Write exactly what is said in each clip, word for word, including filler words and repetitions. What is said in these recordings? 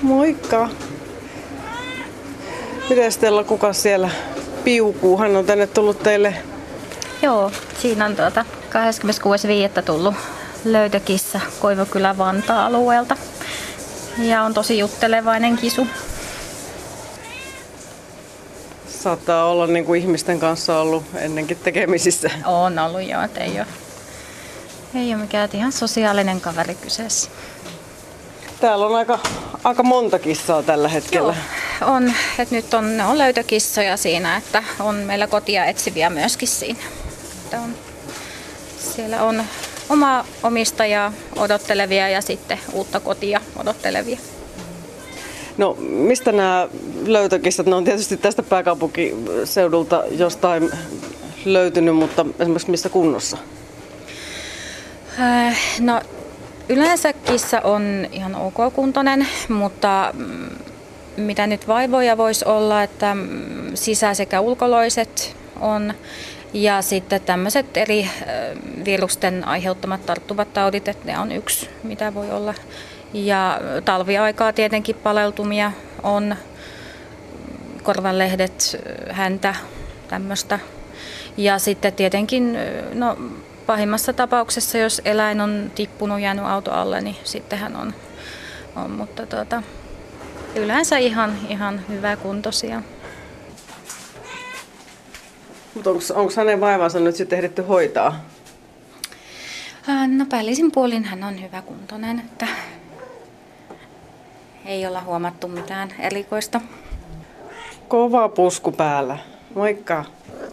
Moikka! Mites teillä, kuka siellä piukuu? Hän on tänne tullut teille. Joo, siinä on tuota kahdeskymmeneskuudes viidettä tullut löytökissa Koivukylä Vantaa-alueelta. Ja on tosi juttelevainen kisu. Saattaa olla niin kuin ihmisten kanssa ollut ennenkin tekemisissä. On ollut joo, että ei ole, ei ole mikään ihan sosiaalinen kaveri kyseessä. Täällä on aika, aika monta kissaa tällä hetkellä. Joo, on. Että nyt on, ne on löytökissoja siinä, että on meillä kotia etsiviä myöskin siinä. Että on, siellä on omaa omistajaa odottelevia ja sitten uutta kotia odottelevia. No mistä nämä löytökissat, ne on tietysti tästä pääkaupunkiseudulta jostain löytynyt, mutta esimerkiksi missä kunnossa? Äh, no yleensä kissa on ihan ok-kuntoinen, mutta mitä nyt vaivoja voisi olla, että sisä- sekä ulkoloiset on ja sitten tämmöiset eri virusten aiheuttamat tarttuvat taudit, että ne on yksi, mitä voi olla. Ja talviaikaa tietenkin paleltumia on, korvanlehdet, häntä, tämmöistä. Ja sitten tietenkin no, pahimmassa tapauksessa, jos eläin on tippunut, jäänyt auto alle, niin sittenhän on. on mutta tuota, yleensä ihan, ihan hyväkuntoisia. Mutta onko hänen vaivansa nyt sitten ehditty hoitaa? No päällisin puolin hän on hyväkuntoinen, että ei olla huomattu mitään erikoista. Kova pusku päällä. Moikka!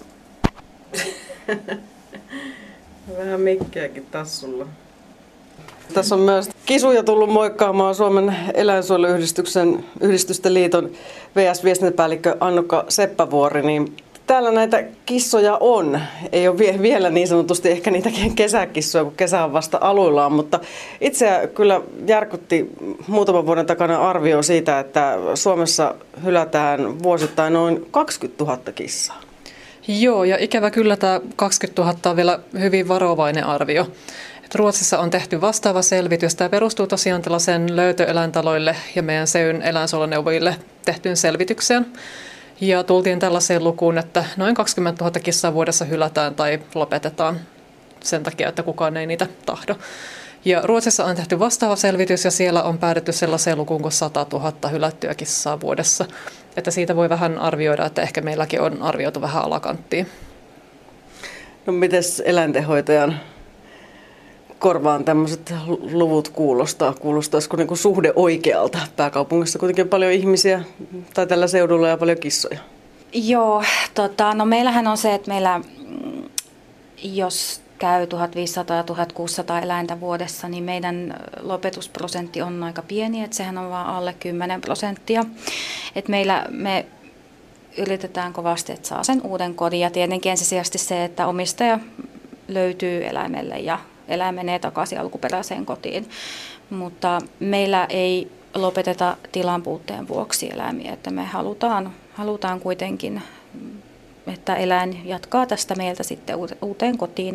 Vähän mikkiäkin tassulla. Tässä on myös kisuja tullut moikkaamaan Suomen eläinsuojeluyhdistyksen yhdistysten liiton V S-viestintäpäällikkö Annukka Seppävuori. Niin täällä näitä kissoja on. Ei ole vielä niin sanotusti ehkä niitä kesäkissoja, kun kesä on vasta aluillaan, mutta itseä kyllä järkytti muutaman vuoden takana arvio siitä, että Suomessa hylätään vuosittain noin kaksikymmentätuhatta kissaa. Joo, ja ikävä kyllä tämä kaksikymmentätuhatta on vielä hyvin varovainen arvio. Et Ruotsissa on tehty vastaava selvitys. Tämä perustuu tosiaan tällaisen löytöeläintaloille ja meidän Seyn eläinsuojeluneuvojille tehtyyn selvitykseen. Ja tultiin tällaiseen lukuun, että noin kaksikymmentätuhatta kissaa vuodessa hylätään tai lopetetaan sen takia, että kukaan ei niitä tahdo. Ja Ruotsissa on tehty vastaava selvitys ja siellä on päädytty sellaiseen lukuun kuin sata tuhatta hylättyä kissaa vuodessa. Että siitä voi vähän arvioida, että ehkä meilläkin on arvioitu vähän alakanttiin. No mites eläintenhoitajan korvaan tämmöiset luvut kuulostaa? Kuulostaisiko niin kuin suhde oikealta? Pääkaupungissa kuitenkin paljon ihmisiä tai tällä seudulla ja paljon kissoja. Joo, tota, no meillähän on se, että meillä jos käy tuhatviisisataa ja tuhatkuusisataa eläintä vuodessa, niin meidän lopetusprosentti on aika pieni, että sehän on vaan alle kymmenen prosenttia. Et meillä me yritetään kovasti, että saa sen uuden kodin ja tietenkin ensisijaisesti se, että omistaja löytyy eläimelle ja eläin menee takaisin alkuperäiseen kotiin. Mutta meillä ei lopeteta tilan puutteen vuoksi eläimiä, että me halutaan, halutaan kuitenkin, että eläin jatkaa tästä meiltä sitten uuteen kotiin.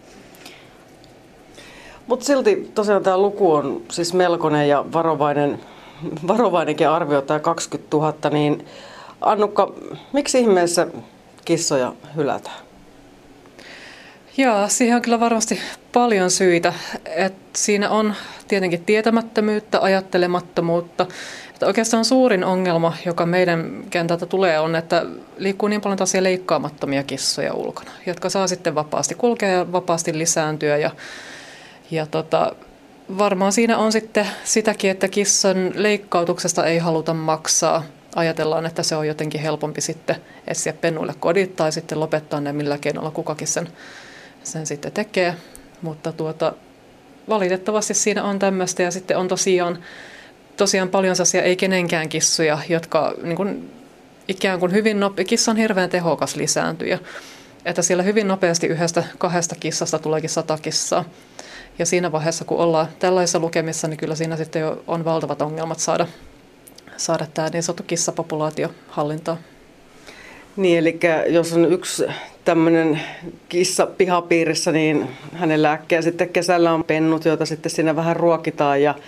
Mutta silti tosiaan tämä luku on siis melkoinen ja varovainen, varovainenkin arvio, tämä kaksikymmentätuhatta, niin Annukka, miksi ihmeessä kissoja hylätään? Joo, siihen on kyllä varmasti paljon syitä. Et siinä on tietenkin tietämättömyyttä, ajattelemattomuutta. Että oikeastaan suurin ongelma, joka meidän kentältä tulee, on, että liikkuu niin paljon tosiaan leikkaamattomia kissoja ulkona, jotka saa sitten vapaasti kulkea ja vapaasti lisääntyä. Ja, ja tota, varmaan siinä on sitten sitäkin, että kissan leikkautuksesta ei haluta maksaa. Ajatellaan, että se on jotenkin helpompi sitten etsiä pennuille kodit tai sitten lopettaa ne millä keinolla kukakin sen, sen sitten tekee. Mutta tuota, valitettavasti siinä on tämmöistä ja sitten on tosiaan, tosiaan paljon sellaisia ei kenenkään kissoja, jotka niin kuin, ikään kuin hyvin nope- kissa on hirveän tehokas lisääntyjä. Että siellä hyvin nopeasti yhdestä kahdesta kissasta tuleekin sata kissaa. Ja siinä vaiheessa, kun ollaan tällaisissa lukemissa, niin kyllä siinä sitten jo on valtavat ongelmat saada saada tämä niin sanottu kissapopulaatio hallintaan. Niin, eli jos on yksi tämmöinen kissa pihapiirissä, niin hänen lääkkeen sitten kesällä on pennut, joita sitten siinä vähän ruokitaan ja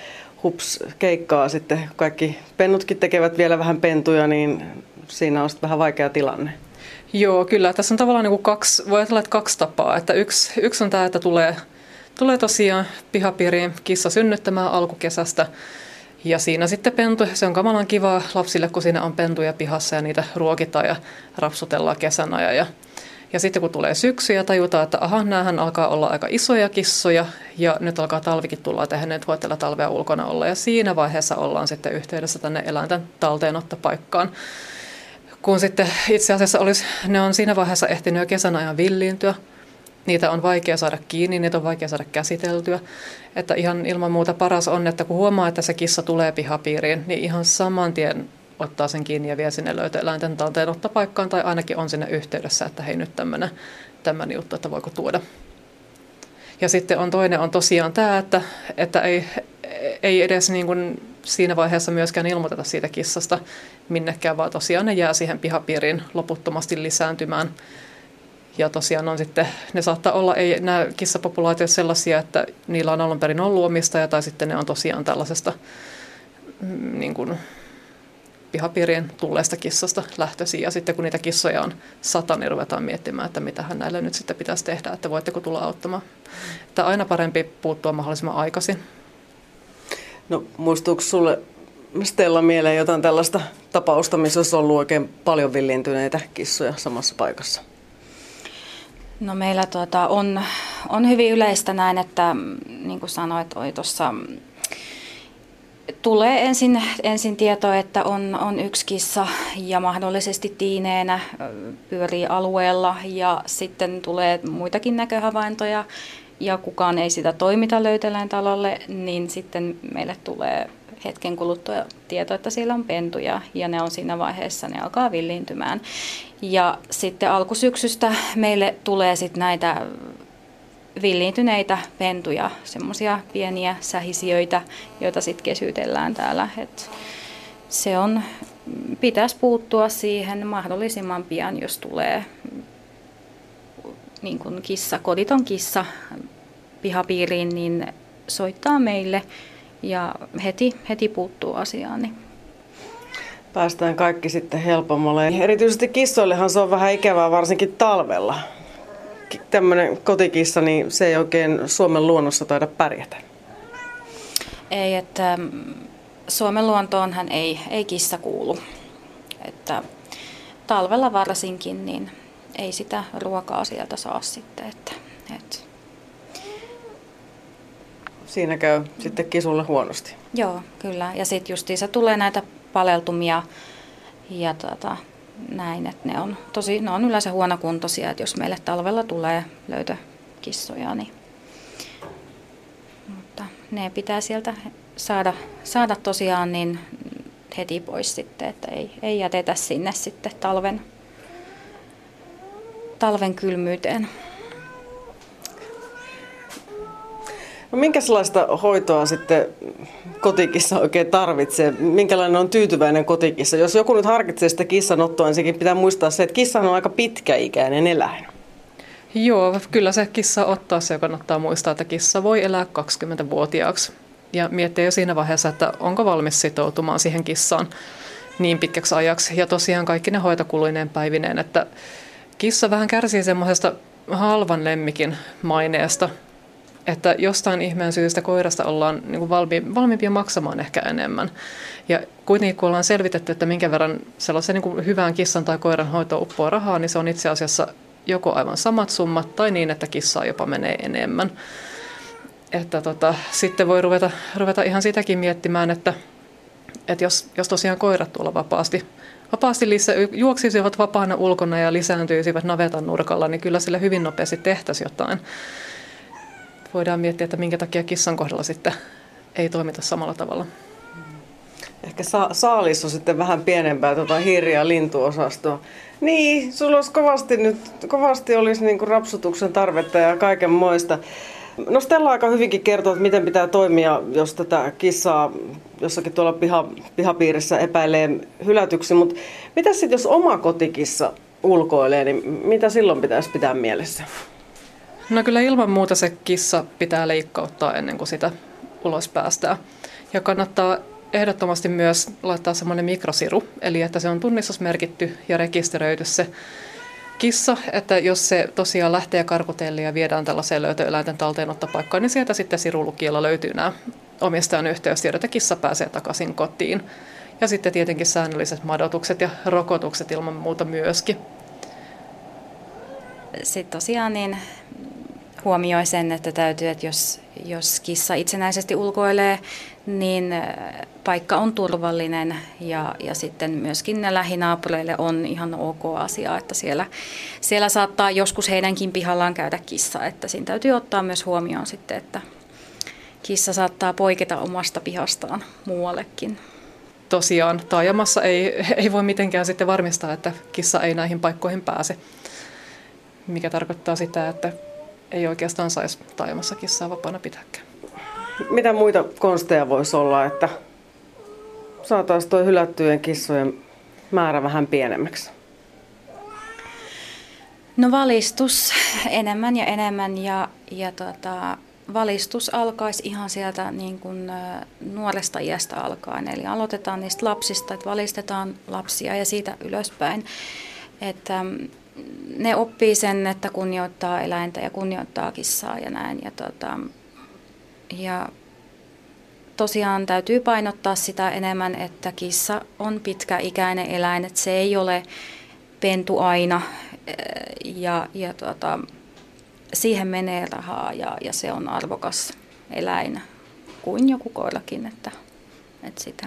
hups keikkaa sitten, kaikki pennutkin tekevät vielä vähän pentuja, niin siinä on sitten vähän vaikea tilanne. Joo, kyllä. Tässä on tavallaan niin kuin kaksi, voi ajatella, että kaksi tapaa. Että yksi, yksi on tämä, että tulee, tulee tosiaan pihapiiriin kissa synnyttämään alkukesästä. Ja siinä sitten pentu, se on kamalan kivaa lapsille, kun siinä on pentuja pihassa ja niitä ruokitaan ja rapsutellaan kesän ajan. Ja, ja sitten kun tulee syksy ja tajutaan, että aha, näähän alkaa olla aika isoja kissoja ja nyt alkaa talvikin tulla, että eihän ne voittella talvea ulkona olla. Ja siinä vaiheessa ollaan sitten yhteydessä tänne eläinten talteenottopaikkaan. Kun sitten itse asiassa olisi, ne on siinä vaiheessa ehtinyt jo kesän ajan villiintyä. Niitä on vaikea saada kiinni, niitä on vaikea saada käsiteltyä. Että ihan ilman muuta paras on, että kun huomaa, että se kissa tulee pihapiiriin, niin ihan saman tien ottaa sen kiinni ja vie sinne löytöeläinten talteenottopaikkaan tai ainakin on sinne yhteydessä, että hei nyt tämmöinen, tämmöinen juttu, että voiko tuoda. Ja sitten on toinen on tosiaan tämä, että, että ei, ei edes niin kuin siinä vaiheessa myöskään ilmoiteta siitä kissasta minnekään, vaan tosiaan ne jää siihen pihapiiriin loputtomasti lisääntymään. Ja tosiaan on sitten, ne saattaa olla, ei nämä kissapopulaatiot sellaisia, että niillä on alun perin ollut omistaja, tai sitten ne on tosiaan tällaisesta niin kuin pihapiiriin tulleesta kissasta lähtöisin. Ja sitten kun niitä kissoja on sata, niin ruvetaan miettimään, että mitähän näille nyt sitten pitäisi tehdä, että voitteko tulla auttamaan. Että aina parempi puuttua mahdollisimman aikaisin. No muistuuko sulle Stella mieleen jotain tällaista tapausta, missä olisi ollut oikein paljon villiintyneitä kissoja samassa paikassa? No meillä tuota, on, on hyvin yleistä näin, että niin kuin sanoit, oi tuossa tulee ensin, ensin tieto, että on, on yksi kissa ja mahdollisesti tiineenä pyörii alueella ja sitten tulee muitakin näköhavaintoja ja kukaan ei sitä toimita löytöeläintalolle, niin sitten meille tulee hetken kuluttua tieto, että siellä on pentuja ja ne on siinä vaiheessa, ne alkaa villiintymään. Ja sitten alkusyksystä meille tulee sitten näitä villiintyneitä pentuja, semmoisia pieniä sähisijöitä, joita sitten kesytellään täällä. Et se on, pitäisi puuttua siihen mahdollisimman pian, jos tulee niin kuin kissa, koditon kissa pihapiiriin, niin soittaa meille ja heti, heti puuttuu asiaan. Niin. Päästään kaikki sitten helpommalle. Erityisesti kissoillehan se on vähän ikävää, varsinkin talvella. Tämmöinen kotikissa, niin se ei oikein Suomen luonnossa taida pärjätä. Ei, että Suomen luontoonhan ei, ei kissa kuulu. Että talvella varsinkin, niin ei sitä ruokaa sieltä saa sitten. Että, että. Siinä käy sitten kisulle huonosti. Joo, kyllä. Ja sitten justiinsa tulee näitä paleltumia ja tota, näin, että ne on, tosi, ne on yleensä huonokuntoisia, että jos meille talvella tulee löytökissoja, niin mutta ne pitää sieltä saada, saada tosiaan niin heti pois sitten, että ei, ei jätetä sinne sitten talven, talven kylmyyteen. No minkälaista hoitoa sitten kotikissa oikein tarvitsee? Minkälainen on tyytyväinen kotikissa? Jos joku nyt harkitsee sitä kissanottoa, niin sekin pitää muistaa se, että kissahan on aika pitkäikäinen eläin. Joo, kyllä se kissa ottaa se, kannattaa muistaa, että kissa voi elää kaksikymmentävuotiaaksi. Ja miettiä jo siinä vaiheessa, että onko valmis sitoutumaan siihen kissaan niin pitkäksi ajaksi. Ja tosiaan kaikki ne hoitokuluineen päivineen, että kissa vähän kärsii semmoisesta halvan lemmikin maineesta. Että jostain ihmeen syystä koirasta ollaan niin kuin valmi, valmiimpia maksamaan ehkä enemmän. Ja kuitenkin kun ollaan selvitetty, että minkä verran sellaisen niin kuin hyvään kissan tai koiran hoitoon uppoo rahaa, niin se on itse asiassa joko aivan samat summat tai niin, että kissaa jopa menee enemmän. Että tota, sitten voi ruveta, ruveta ihan sitäkin miettimään, että, että jos, jos tosiaan koirat tuolla vapaasti, vapaasti lisä, juoksisivat vapaana ulkona ja lisääntyisivät navetan nurkalla, niin kyllä sille hyvin nopeasti tehtäisiin jotain. Voidaan miettiä, että minkä takia kissan kohdalla sitten ei toimita samalla tavalla. Ehkä sa- saalis on sitten vähän pienempää tuota hiiri- ja lintuosastoa. Niin, sulla olisi kovasti nyt, kovasti olisi niin kuin rapsutuksen tarvetta ja kaikenmoista. No Stella aika hyvinkin kertoo, että miten pitää toimia, jos tätä kissaa jossakin tuolla piha, pihapiirissä epäilee hylätyksi. Mutta mitä sitten, jos oma kotikissa ulkoilee, niin mitä silloin pitäisi pitää mielessä? No kyllä ilman muuta se kissa pitää leikkauttaa ennen kuin sitä ulos päästään. Ja kannattaa ehdottomasti myös laittaa semmoinen mikrosiru, eli että se on tunnistusmerkitty ja rekisteröity se kissa, että jos se tosiaan lähtee karkuteille ja viedään tällaiseen löytöeläinten talteenottopaikkaan, niin sieltä sitten sirulukijalla löytyy nämä omistajan yhteystiedot ja kissa pääsee takaisin kotiin. Ja sitten tietenkin säännölliset madotukset ja rokotukset ilman muuta myöskin. Sitten tosiaan niin huomioi sen, että täytyy, että jos, jos kissa itsenäisesti ulkoilee, niin paikka on turvallinen ja, ja sitten myöskin ne lähinaapureille on ihan ok asia, että siellä, siellä saattaa joskus heidänkin pihallaan käydä kissa, että siinä täytyy ottaa myös huomioon sitten, että kissa saattaa poiketa omasta pihastaan muuallekin. Tosiaan taajamassa ei, ei voi mitenkään sitten varmistaa, että kissa ei näihin paikkoihin pääse, mikä tarkoittaa sitä, että ei oikeastaan saisi taajamassa kissaa vapaana pitääkään. Mitä muita konsteja voisi olla, että saataisiin tuo hylättyjen kissojen määrä vähän pienemmäksi? No valistus enemmän ja enemmän ja, ja tota, valistus alkaisi ihan sieltä niin kuin nuoresta iästä alkaen. Eli aloitetaan niistä lapsista, että valistetaan lapsia ja siitä ylöspäin. Että ne oppii sen, että kunnioittaa eläintä ja kunnioittaa kissaa ja näin. Ja, tota, ja tosiaan täytyy painottaa sitä enemmän, että kissa on pitkäikäinen eläin, että se ei ole pentu aina ja, ja tota, siihen menee rahaa ja, ja se on arvokas eläin kuin joku koirakin, että, että sitä.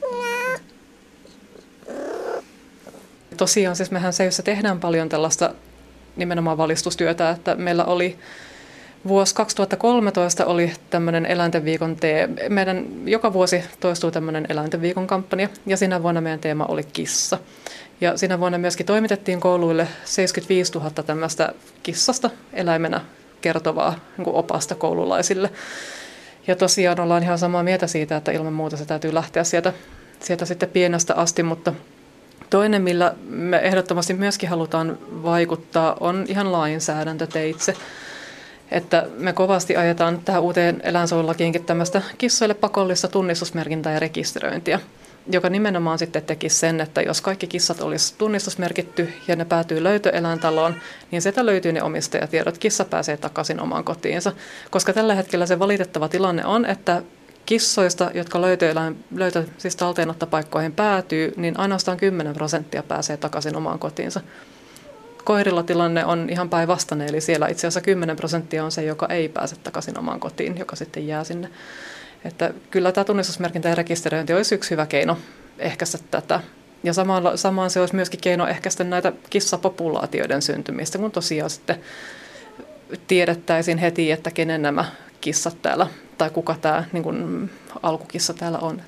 Tosiaan siis mehän Seijussa tehdään paljon tällaista nimenomaan valistustyötä, että meillä oli vuosi kaksituhattakolmetoista oli tämmöinen eläintenviikon tee. Meidän joka vuosi toistuu tämmöinen eläintenviikon kampanja ja siinä vuonna meidän teema oli kissa. Ja siinä vuonna myöskin toimitettiin kouluille seitsemänkymmentäviisituhatta tämmöistä kissasta eläimenä kertovaa niin kuin opasta koululaisille. Ja tosiaan ollaan ihan samaa mieltä siitä, että ilman muuta se täytyy lähteä sieltä, sieltä sitten pienestä asti, mutta toinen, millä me ehdottomasti myöskin halutaan vaikuttaa, on ihan lainsäädäntöteitse. Että me kovasti ajetaan tähän uuteen eläinsuojelulakiinkin tämmöistä kissoille pakollista tunnistusmerkintää ja rekisteröintiä, joka nimenomaan sitten tekisi sen, että jos kaikki kissat olisi tunnistusmerkitty ja ne päätyy löytöeläintaloon, niin sieltä löytyy ne omistajatiedot, kissa pääsee takaisin omaan kotiinsa. Koska tällä hetkellä se valitettava tilanne on, että kissoista, jotka löytöeläin, löytö, siis talteenottopaikkoihin päätyy, niin ainoastaan kymmenen prosenttia pääsee takaisin omaan kotiinsa. Koirilla tilanne on ihan päinvastainen, eli siellä itse asiassa kymmenen prosenttia on se, joka ei pääse takaisin omaan kotiin, joka sitten jää sinne. Että kyllä tämä tunnistusmerkintä ja rekisteröinti olisi yksi hyvä keino ehkäistä tätä. Ja samaan, samaan se olisi myöskin keino ehkäistä näitä kissapopulaatioiden syntymistä, kun tosiaan sitten tiedettäisiin heti, että kenen nämä kissat täällä, tai kuka tämä niin kuin alkukissa täällä on.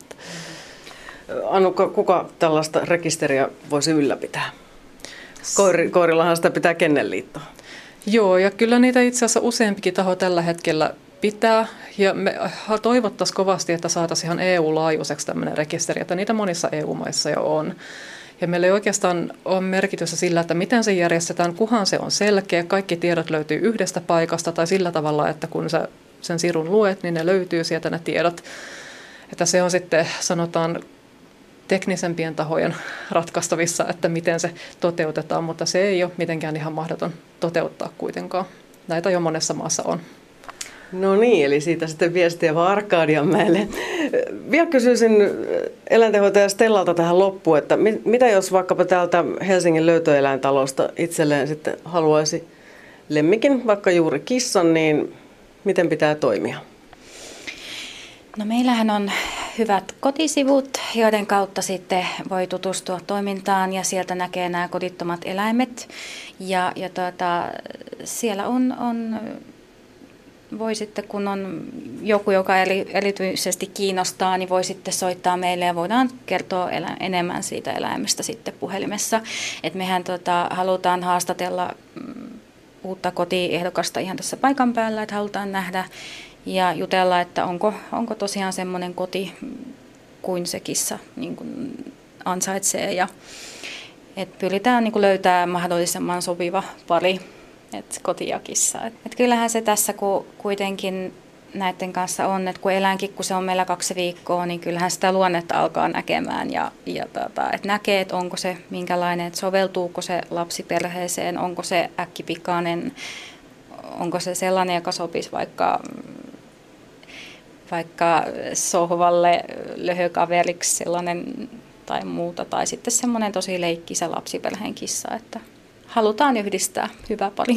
Annukka, kuka tällaista rekisteriä voisi ylläpitää? Koiri, koirillahan sitä pitää Kennelliitto. Joo, ja kyllä niitä itse asiassa useampikin taho tällä hetkellä pitää. Ja me toivottaisiin kovasti, että saataisiin ihan E U-laajuiseksi tämmöinen rekisteri, että niitä monissa E U-maissa jo on. Ja meillä ei oikeastaan ole merkitystä sillä, että miten se järjestetään, kunhan se on selkeä. Kaikki tiedot löytyy yhdestä paikasta tai sillä tavalla, että kun sä sen sirun luet, niin ne löytyy sieltä ne tiedot. Että se on sitten, sanotaan, teknisempien tahojen ratkaistavissa, että miten se toteutetaan, mutta se ei ole mitenkään ihan mahdoton toteuttaa kuitenkaan. Näitä jo monessa maassa on. No niin, eli siitä sitten viestiä vaan Arkadianmäelle. Vielä kysyisin eläintenhoitaja Stellalta tähän loppuun, että mitä jos vaikkapa täältä Helsingin löytöeläintalosta itselleen sitten haluaisi lemmikin, vaikka juuri kissan, niin miten pitää toimia? No meillähän on hyvät kotisivut, joiden kautta sitten voi tutustua toimintaan ja sieltä näkee nämä kodittomat eläimet. Ja, ja tuota, siellä on, on, voi sitten kun on joku, joka eri, erityisesti kiinnostaa, niin voi sitten soittaa meille ja voidaan kertoa elä, enemmän siitä eläimestä sitten puhelimessa. Et mehän tota, halutaan haastatella mm, uutta kotiehdokasta ihan tässä paikan päällä, että halutaan nähdä ja jutella, että onko, onko tosiaan semmoinen koti kuin se kissa niin kuin ansaitsee. Ja, et pyritään niin kuin löytää mahdollisimman sopiva pari, et koti ja kissa. Et, et kyllähän se tässä, kun kuitenkin näiden kanssa on, että kun eläinkin, kun se on meillä kaksi viikkoa, niin kyllähän sitä luonnetta alkaa näkemään ja, ja tota, että näkee, että onko se minkälainen, että soveltuuko se lapsiperheeseen, onko se äkkipikainen, onko se sellainen, joka sopisi vaikka, vaikka sohvalle löhökaveriksi sellainen tai muuta, tai sitten semmoinen tosi leikkisä lapsiperheen kissa, että halutaan yhdistää hyvä pari.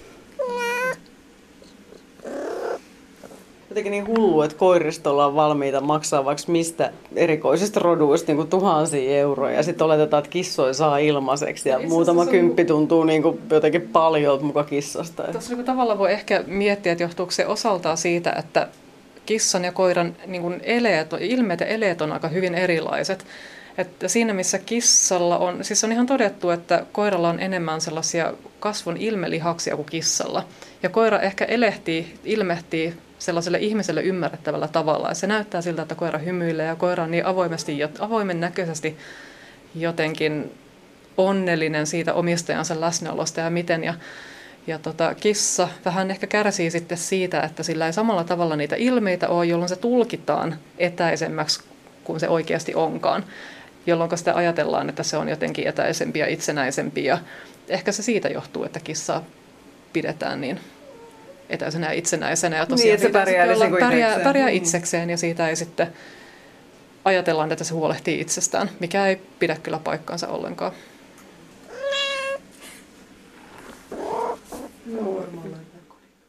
Jotenkin niin hullu, että koirista ollaan valmiita maksaa vaikka mistä erikoisista roduista niin kuin tuhansia euroja ja sitten oletetaan, että kissoja saa ilmaiseksi ja muutama kymppi tuntuu niin kuin jotenkin paljon muka kissasta. Tuossa niin tavallaan voi ehkä miettiä, että johtuuko se osaltaan siitä, että kissan ja koiran niin kuin eleet, ilmeet ja eleet on aika hyvin erilaiset. Että siinä missä kissalla on, siis on ihan todettu, että koiralla on enemmän sellaisia kasvon ilmelihaksia kuin kissalla. Ja koira ehkä elehtii, ilmehtii sellaiselle ihmiselle ymmärrettävällä tavalla. Ja se näyttää siltä, että koira hymyilee ja koira on niin avoimesti, avoimen näköisesti jotenkin onnellinen siitä omistajansa läsnäolosta ja miten. Ja, ja tota, kissa vähän ehkä kärsii sitten siitä, että sillä ei samalla tavalla niitä ilmeitä ole, jolloin se tulkitaan etäisemmäksi kuin se oikeasti onkaan. Jolloin sitä ajatellaan, että se on jotenkin etäisempi ja itsenäisempi. Ja ehkä se siitä johtuu, että kissaa pidetään niin etäisenä ja itsenäisenä. Ja tosiaan niin, että se pärjää, olla, pärjää, itsekseen. pärjää Mm. itsekseen ja siitä ei sitten ajatellaan, että se huolehtii itsestään, mikä ei pidä kyllä paikkaansa ollenkaan. Joo,